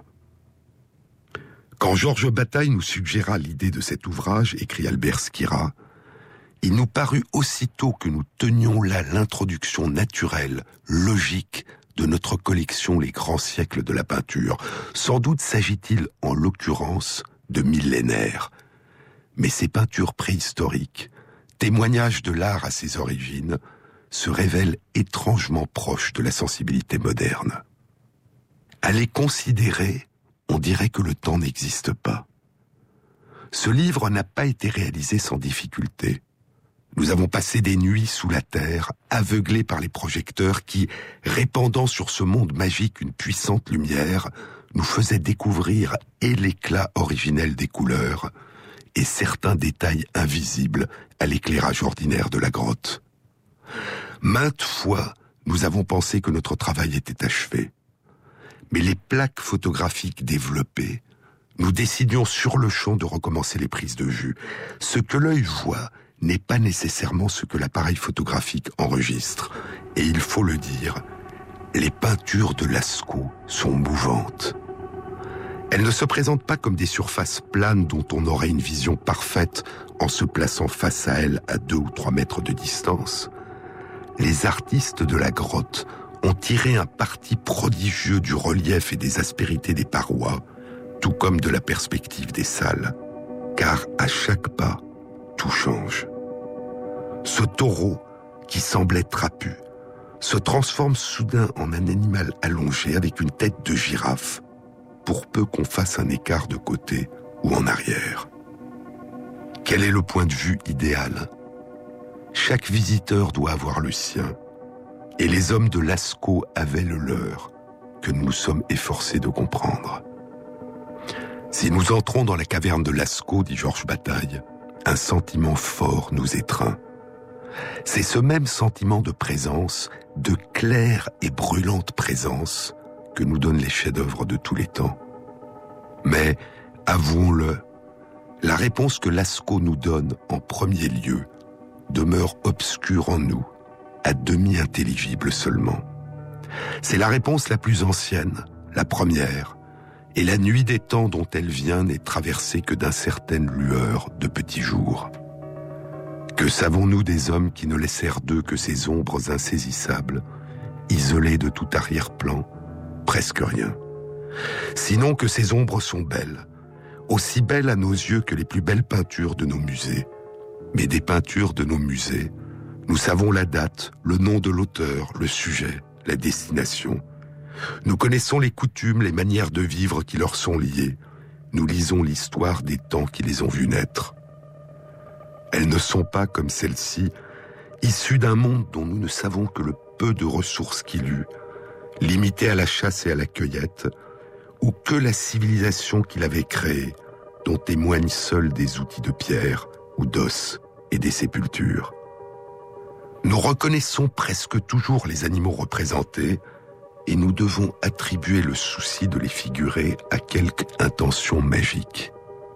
Quand Georges Bataille nous suggéra l'idée de cet ouvrage, écrit Albert Skira, il nous parut aussitôt que nous tenions là l'introduction naturelle, logique, de notre collection Les grands siècles de la peinture. Sans doute s'agit-il, en l'occurrence, de millénaires. Mais ces peintures préhistoriques, témoignages de l'art à ses origines, se révèlent étrangement proches de la sensibilité moderne. À les considérer, on dirait que le temps n'existe pas. Ce livre n'a pas été réalisé sans difficulté. Nous avons passé des nuits sous la terre, aveuglés par les projecteurs qui, répandant sur ce monde magique une puissante lumière, nous faisait découvrir et l'éclat originel des couleurs et certains détails invisibles à l'éclairage ordinaire de la grotte. Maintes fois, nous avons pensé que notre travail était achevé. Mais les plaques photographiques développées, nous décidions sur le champ de recommencer les prises de vue. Ce que l'œil voit n'est pas nécessairement ce que l'appareil photographique enregistre. Et il faut le dire, les peintures de Lascaux sont mouvantes. Elles ne se présentent pas comme des surfaces planes dont on aurait une vision parfaite en se plaçant face à elles à deux ou trois mètres de distance. Les artistes de la grotte ont tiré un parti prodigieux du relief et des aspérités des parois, tout comme de la perspective des salles, car à chaque pas, tout change. Ce taureau, qui semblait trapu, se transforme soudain en un animal allongé avec une tête de girafe, pour peu qu'on fasse un écart de côté ou en arrière. Quel est le point de vue idéal ? Chaque visiteur doit avoir le sien, et les hommes de Lascaux avaient le leur, que nous nous sommes efforcés de comprendre. Si nous entrons dans la caverne de Lascaux, dit Georges Bataille, un sentiment fort nous étreint. C'est ce même sentiment de présence, de claire et brûlante présence, que nous donnent les chefs-d'œuvre de tous les temps. Mais, avouons-le, la réponse que Lascaux nous donne en premier lieu demeure obscure en nous, à demi intelligible seulement. C'est la réponse la plus ancienne, la première, et la nuit des temps dont elle vient n'est traversée que d'incertaines lueurs de petits jours. Que savons-nous des hommes qui ne laissèrent d'eux que ces ombres insaisissables, isolées de tout arrière-plan, presque rien. Sinon que ces ombres sont belles, aussi belles à nos yeux que les plus belles peintures de nos musées. Mais des peintures de nos musées, nous savons la date, le nom de l'auteur, le sujet, la destination. Nous connaissons les coutumes, les manières de vivre qui leur sont liées. Nous lisons l'histoire des temps qui les ont vus naître. Elles ne sont pas, comme celle-ci, issues d'un monde dont nous ne savons que le peu de ressources qu'il eut, limité à la chasse et à la cueillette, ou que la civilisation qu'il avait créée, dont témoignent seuls des outils de pierre ou d'os et des sépultures. Nous reconnaissons presque toujours les animaux représentés et nous devons attribuer le souci de les figurer à quelque intention magique.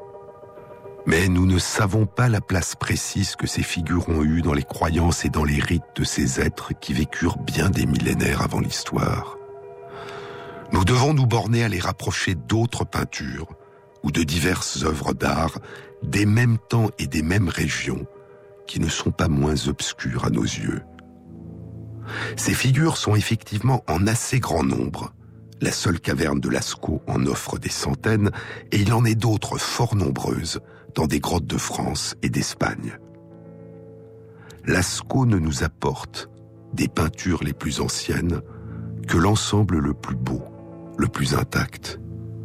Mais nous ne savons pas la place précise que ces figures ont eue dans les croyances et dans les rites de ces êtres qui vécurent bien des millénaires avant l'histoire. Nous devons nous borner à les rapprocher d'autres peintures ou de diverses œuvres d'art des mêmes temps et des mêmes régions qui ne sont pas moins obscures à nos yeux. Ces figures sont effectivement en assez grand nombre. La seule caverne de Lascaux en offre des centaines et il en est d'autres fort nombreuses dans des grottes de France et d'Espagne. Lascaux ne nous apporte des peintures les plus anciennes que l'ensemble le plus beau, le plus intact.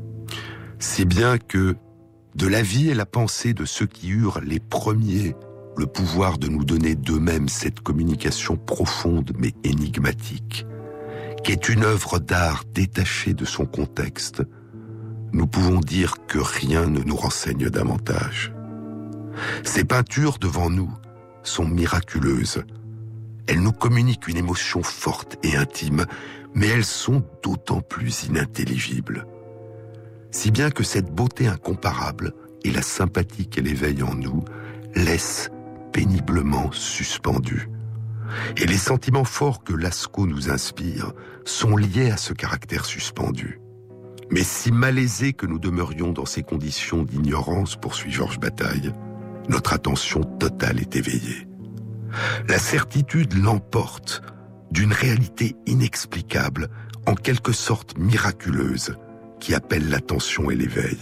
Si bien que, de la vie et la pensée de ceux qui eurent les premiers le pouvoir de nous donner d'eux-mêmes cette communication profonde mais énigmatique, qui est une œuvre d'art détachée de son contexte, nous pouvons dire que rien ne nous renseigne davantage. Ces peintures devant nous sont miraculeuses. Elles nous communiquent une émotion forte et intime, mais elles sont d'autant plus inintelligibles. Si bien que cette beauté incomparable et la sympathie qu'elle éveille en nous laissent péniblement suspendus. Et les sentiments forts que Lascaux nous inspire sont liés à ce caractère suspendu. Mais si malaisés que nous demeurions dans ces conditions d'ignorance, poursuit Georges Bataille, notre attention totale est éveillée. La certitude l'emporte d'une réalité inexplicable, en quelque sorte miraculeuse, qui appelle l'attention et l'éveil.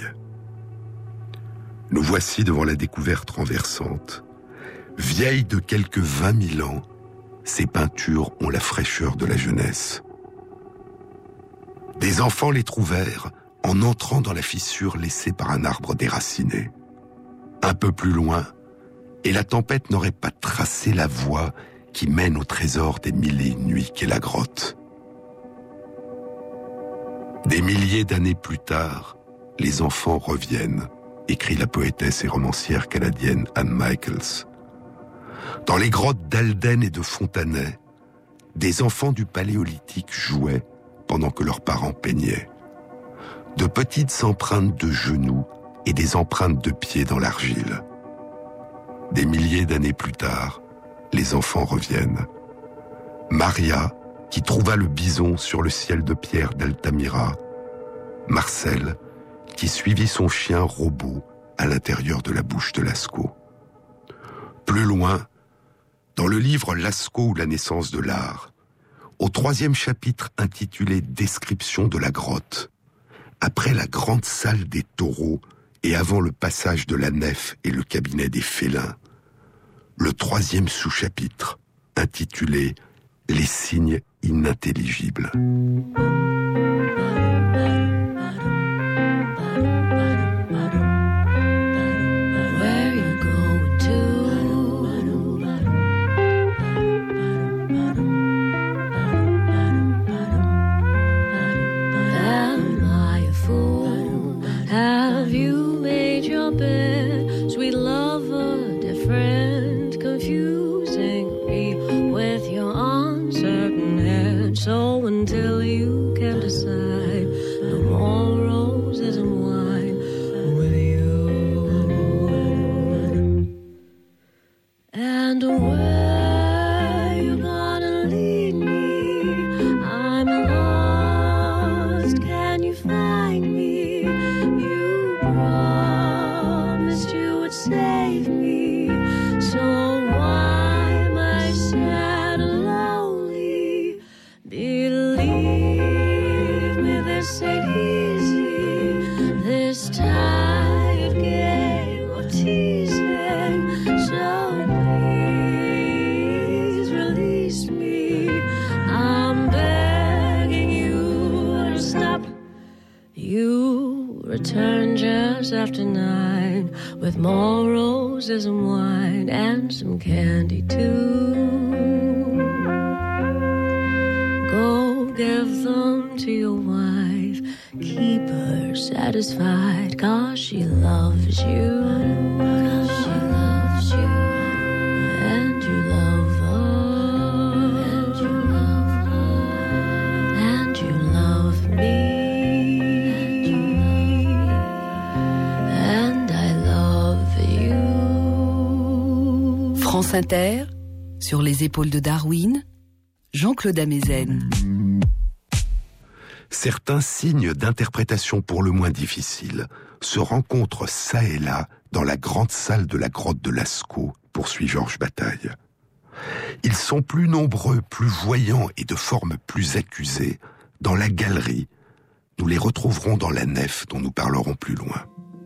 Nous voici devant la découverte renversante. Vieilles de quelques vingt mille ans, ces peintures ont la fraîcheur de la jeunesse. Des enfants les trouvèrent en entrant dans la fissure laissée par un arbre déraciné. Un peu plus loin, et la tempête n'aurait pas tracé la voie qui mène au trésor des mille et une nuits qu'est la grotte. Des milliers d'années plus tard, les enfants reviennent, écrit la poétesse et romancière canadienne Anne Michaels. Dans les grottes d'Alden et de Fontanay, des enfants du Paléolithique jouaient pendant que leurs parents peignaient. De petites empreintes de genoux et des empreintes de pieds dans l'argile. Des milliers d'années plus tard, les enfants reviennent. Maria, qui trouva le bison sur le ciel de pierre d'Altamira. Marcel, qui suivit son chien robot à l'intérieur de la bouche de Lascaux. Plus loin, dans le livre Lascaux ou la naissance de l'art, au troisième chapitre intitulé « Description de la grotte », après la grande salle des taureaux et avant le passage de la nef et le cabinet des félins, le troisième sous-chapitre, intitulé « Les signes inintelligibles ». So until you can decide, no more roses and wine with you. And where you gonna lead me? I'm lost, can you find me? You promised you would save me, so why am I sad and lonely? Believe me, this ain't easy, this tired game of teasing. So please release me, I'm begging you to stop. You return just after nine with more roses and wine and some candy too. Go give them to your wife, keep her satisfied, 'cause she loves you, 'cause she loves you, and you love her, and you love her, and you love me, and I love you. France Inter, sur les épaules de Darwin, Jean-Claude Amezen. Certains signes d'interprétation pour le moins difficiles se rencontrent çà et là dans la grande salle de la grotte de Lascaux, poursuit Georges Bataille. Ils sont plus nombreux, plus voyants et de forme plus accusée dans la galerie. Nous les retrouverons dans la nef dont nous parlerons plus loin.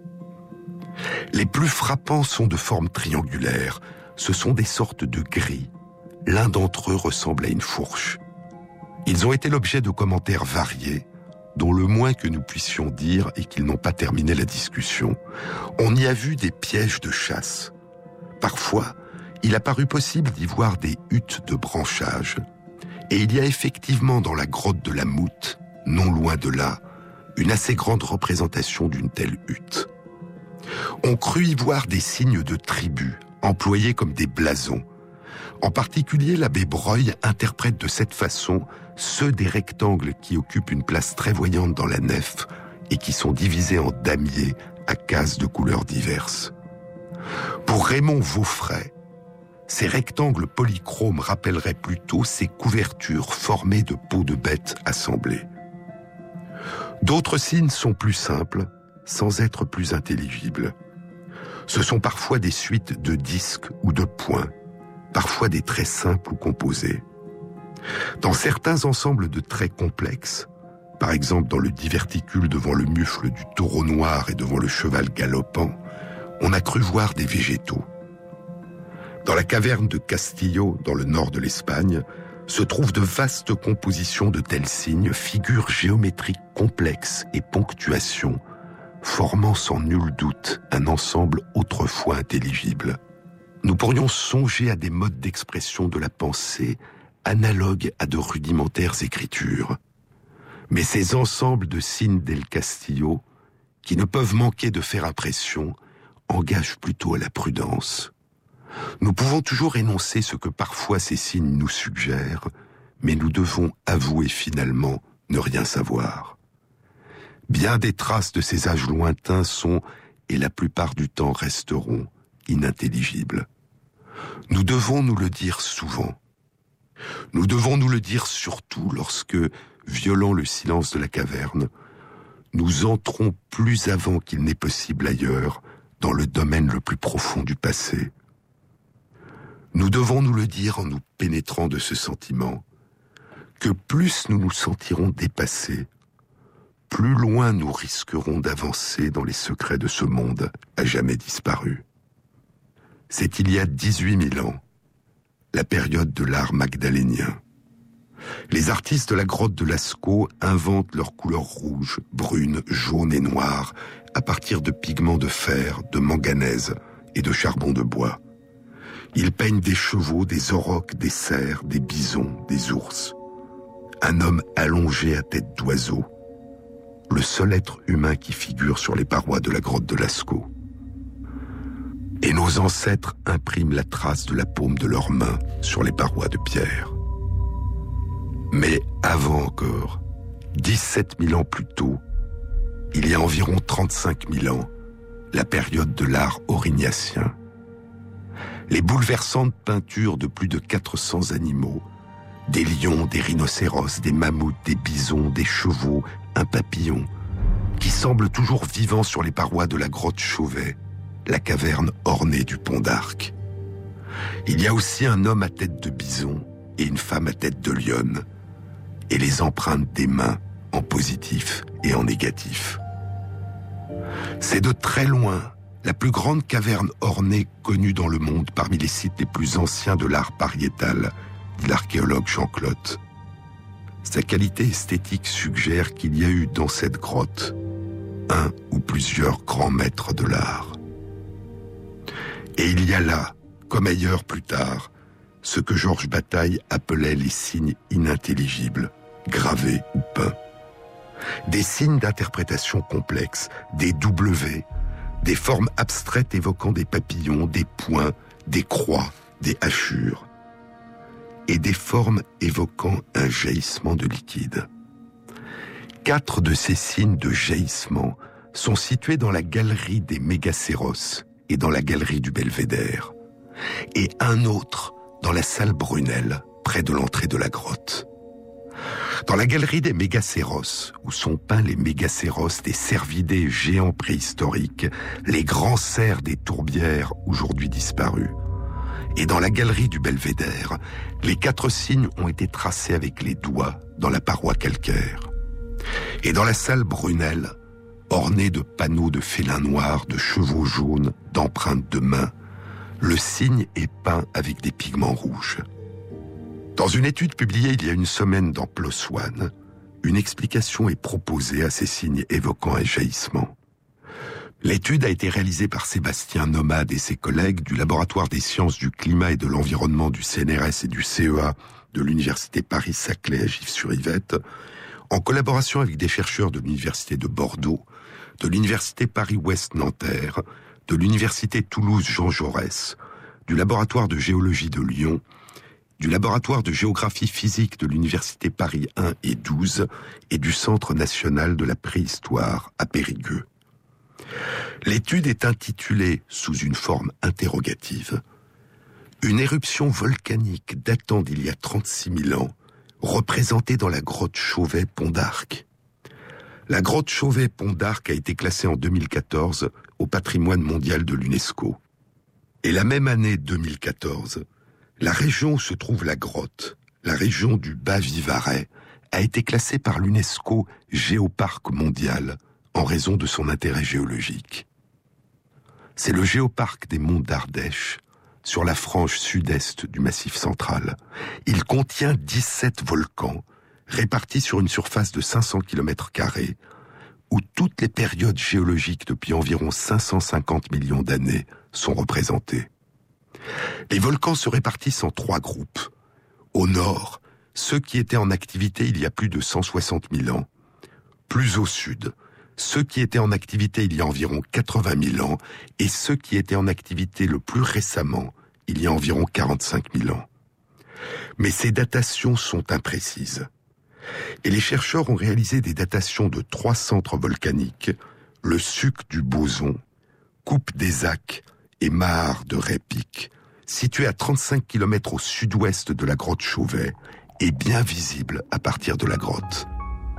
Les plus frappants sont de forme triangulaire. Ce sont des sortes de gris. L'un d'entre eux ressemble à une fourche. Ils ont été l'objet de commentaires variés, dont le moins que nous puissions dire est qu'ils n'ont pas terminé la discussion. On y a vu des pièges de chasse. Parfois, il a paru possible d'y voir des huttes de branchage. Et il y a effectivement dans la grotte de la Moute, non loin de là, une assez grande représentation d'une telle hutte. On crut y voir des signes de tribus, employés comme des blasons. En particulier, l'abbé Breuil interprète de cette façon ceux des rectangles qui occupent une place très voyante dans la nef et qui sont divisés en damiers à cases de couleurs diverses. Pour Raymond Vaufray, ces rectangles polychromes rappelleraient plutôt ces couvertures formées de peaux de bêtes assemblées. D'autres signes sont plus simples, sans être plus intelligibles. Ce sont parfois des suites de disques ou de points, parfois des traits simples ou composés. Dans certains ensembles de traits complexes, par exemple dans le diverticule devant le mufle du taureau noir et devant le cheval galopant, on a cru voir des végétaux. Dans la caverne de Castillo, dans le nord de l'Espagne, se trouvent de vastes compositions de tels signes, figures géométriques complexes et ponctuations, formant sans nul doute un ensemble autrefois intelligible. Nous pourrions songer à des modes d'expression de la pensée analogues à de rudimentaires écritures. Mais ces ensembles de signes del Castillo, qui ne peuvent manquer de faire impression, engagent plutôt à la prudence. Nous pouvons toujours énoncer ce que parfois ces signes nous suggèrent, mais nous devons avouer finalement ne rien savoir. Bien des traces de ces âges lointains sont, et la plupart du temps resteront, inintelligibles. Nous devons nous le dire souvent. Nous devons nous le dire surtout lorsque, violant le silence de la caverne, nous entrons plus avant qu'il n'est possible ailleurs dans le domaine le plus profond du passé. Nous devons nous le dire en nous pénétrant de ce sentiment, que plus nous nous sentirons dépassés, plus loin nous risquerons d'avancer dans les secrets de ce monde à jamais disparu. C'est il y a dix-huit mille ans, la période de l'art magdalénien. Les artistes de la grotte de Lascaux inventent leurs couleurs rouges, brunes, jaunes et noires à partir de pigments de fer, de manganèse et de charbon de bois. Ils peignent des chevaux, des aurochs, des cerfs, des bisons, des ours. Un homme allongé à tête d'oiseau, le seul être humain qui figure sur les parois de la grotte de Lascaux. Et nos ancêtres impriment la trace de la paume de leurs mains sur les parois de pierre. Mais avant encore, dix-sept mille ans plus tôt, il y a environ trente-cinq mille ans, la période de l'art aurignacien. Les bouleversantes peintures de plus de quatre cents animaux, des lions, des rhinocéros, des mammouths, des bisons, des chevaux, un papillon, qui semblent toujours vivants sur les parois de la grotte Chauvet, la caverne ornée du pont d'Arc. Il y a aussi un homme à tête de bison et une femme à tête de lionne, et les empreintes des mains en positif et en négatif. C'est de très loin la plus grande caverne ornée connue dans le monde parmi les sites les plus anciens de l'art pariétal, dit l'archéologue Jean Clotte. Sa qualité esthétique suggère qu'il y a eu dans cette grotte un ou plusieurs grands maîtres de l'art. Et il y a là, comme ailleurs plus tard, ce que Georges Bataille appelait les signes inintelligibles, gravés ou peints. Des signes d'interprétation complexes, des W, des formes abstraites évoquant des papillons, des points, des croix, des hachures, et des formes évoquant un jaillissement de liquide. Quatre de ces signes de jaillissement sont situés dans la galerie des Mégacéros et dans la galerie du Belvédère, et un autre dans la salle Brunel, près de l'entrée de la grotte. Dans la galerie des Mégacéros, où sont peints les Mégacéros des cervidés géants préhistoriques, les grands cerfs des tourbières aujourd'hui disparus, et dans la galerie du Belvédère, les quatre signes ont été tracés avec les doigts dans la paroi calcaire. Et dans la salle Brunel, ornée de panneaux de félins noirs, de chevaux jaunes, d'empreintes de mains, le signe est peint avec des pigments rouges. Dans une étude publiée il y a une semaine dans PLOS ONE, une explication est proposée à ces signes évoquant un jaillissement. L'étude a été réalisée par Sébastien Nomade et ses collègues du laboratoire des sciences du climat et de l'environnement du C N R S et du C E A de l'université Paris-Saclay à Gif-sur-Yvette, en collaboration avec des chercheurs de l'université de Bordeaux, de l'université Paris-Ouest-Nanterre, de l'université Toulouse-Jean Jaurès, du laboratoire de géologie de Lyon, du laboratoire de géographie physique de l'université Paris un et douze et du Centre national de la préhistoire à Périgueux. L'étude est intitulée, sous une forme interrogative, « Une éruption volcanique datant d'il y a trente-six mille ans, représentée dans la grotte Chauvet-Pont d'Arc ». La grotte Chauvet-Pont d'Arc a été classée en deux mille quatorze au patrimoine mondial de l'UNESCO. Et la même année deux mille quatorze, la région où se trouve la grotte, la région du Bas-Vivarais, a été classée par l'UNESCO Géoparc mondial en raison de son intérêt géologique. C'est le géoparc des monts d'Ardèche, sur la frange sud-est du Massif central. Il contient dix-sept volcans, répartis sur une surface de cinq cents kilomètres carrés, où toutes les périodes géologiques depuis environ cinq cent cinquante millions d'années sont représentées. Les volcans se répartissent en trois groupes. Au nord, ceux qui étaient en activité il y a plus de cent soixante mille ans, Plus au sud, ceux qui étaient en activité il y a environ quatre-vingt mille ans et ceux qui étaient en activité le plus récemment, il y a environ quarante-cinq mille ans. Mais ces datations sont imprécises. Et les chercheurs ont réalisé des datations de trois centres volcaniques, le Suc du Boson, Coupe des Acs et Mahar de Répik, situés à trente-cinq kilomètres au sud-ouest de la grotte Chauvet et bien visibles à partir de la grotte.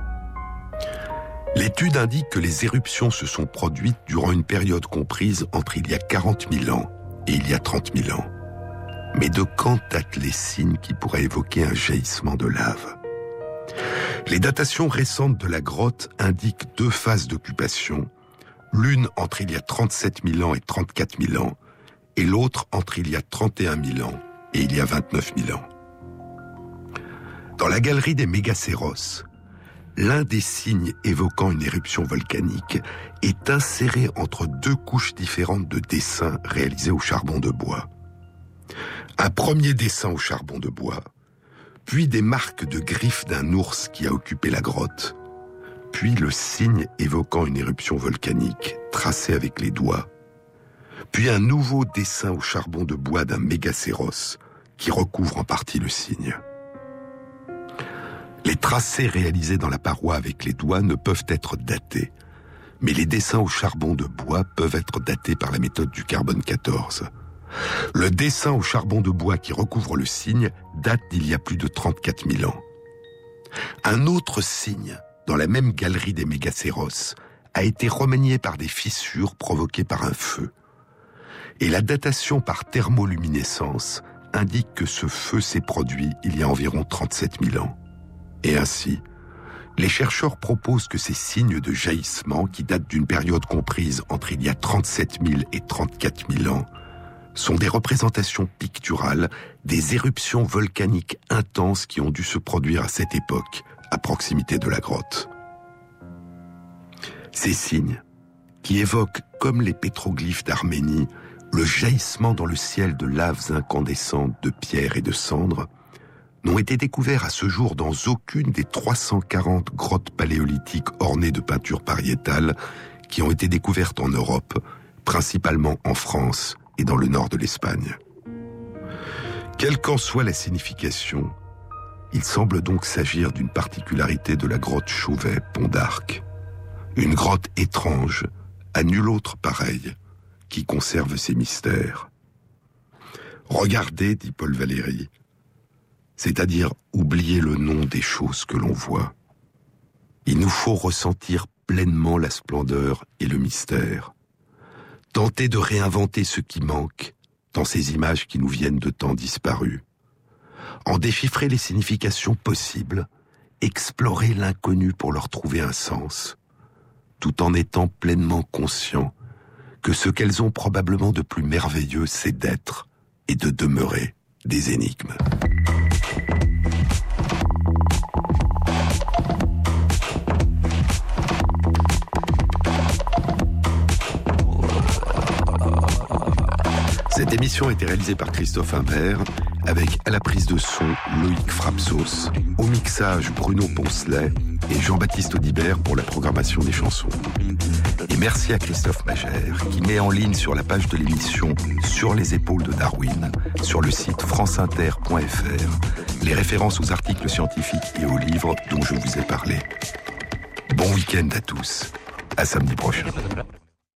L'étude indique que les éruptions se sont produites durant une période comprise entre il y a quarante mille ans et il y a trente mille ans. Mais de quand datent les signes qui pourraient évoquer un jaillissement de lave ? Les datations récentes de la grotte indiquent deux phases d'occupation, l'une entre il y a trente-sept mille ans et trente-quatre mille ans, et l'autre entre il y a trente et un mille ans et il y a vingt-neuf mille ans. Dans la galerie des Mégacéros, l'un des signes évoquant une éruption volcanique est inséré entre deux couches différentes de dessins réalisés au charbon de bois. Un premier dessin au charbon de bois, puis des marques de griffes d'un ours qui a occupé la grotte, puis le signe évoquant une éruption volcanique tracé avec les doigts, puis un nouveau dessin au charbon de bois d'un mégacéros qui recouvre en partie le signe. Les tracés réalisés dans la paroi avec les doigts ne peuvent être datés, mais les dessins au charbon de bois peuvent être datés par la méthode du carbone quatorze. Le dessin au charbon de bois qui recouvre le signe date d'il y a plus de trente-quatre mille ans. Un autre signe, dans la même galerie des Mégacéros, a été remanié par des fissures provoquées par un feu. Et la datation par thermoluminescence indique que ce feu s'est produit il y a environ trente-sept mille ans. Et ainsi, les chercheurs proposent que ces signes de jaillissement, qui datent d'une période comprise entre il y a trente-sept mille et trente-quatre mille ans, sont des représentations picturales des éruptions volcaniques intenses qui ont dû se produire à cette époque, à proximité de la grotte. Ces signes, qui évoquent, comme les pétroglyphes d'Arménie, le jaillissement dans le ciel de laves incandescentes de pierre et de cendres, n'ont été découverts à ce jour dans aucune des trois cent quarante grottes paléolithiques ornées de peintures pariétales qui ont été découvertes en Europe, principalement en France et dans le nord de l'Espagne. Quelle qu'en soit la signification, il semble donc s'agir d'une particularité de la grotte Chauvet, Pont d'Arc. Une grotte étrange, à nul autre pareille, qui conserve ses mystères. Regardez, dit Paul Valéry, c'est-à-dire oublier le nom des choses que l'on voit. Il nous faut ressentir pleinement la splendeur et le mystère. Tenter de réinventer ce qui manque dans ces images qui nous viennent de temps disparus. En déchiffrer les significations possibles, explorer l'inconnu pour leur trouver un sens, tout en étant pleinement conscient que ce qu'elles ont probablement de plus merveilleux, c'est d'être et de demeurer des énigmes. Cette émission a été réalisée par Christophe Imbert, avec à la prise de son Loïc Frapsos, au mixage Bruno Poncelet et Jean-Baptiste Audibert pour la programmation des chansons. Et merci à Christophe Magère qui met en ligne sur la page de l'émission Sur les épaules de Darwin, sur le site franceinter point f r, les références aux articles scientifiques et aux livres dont je vous ai parlé. Bon week-end à tous, à samedi prochain.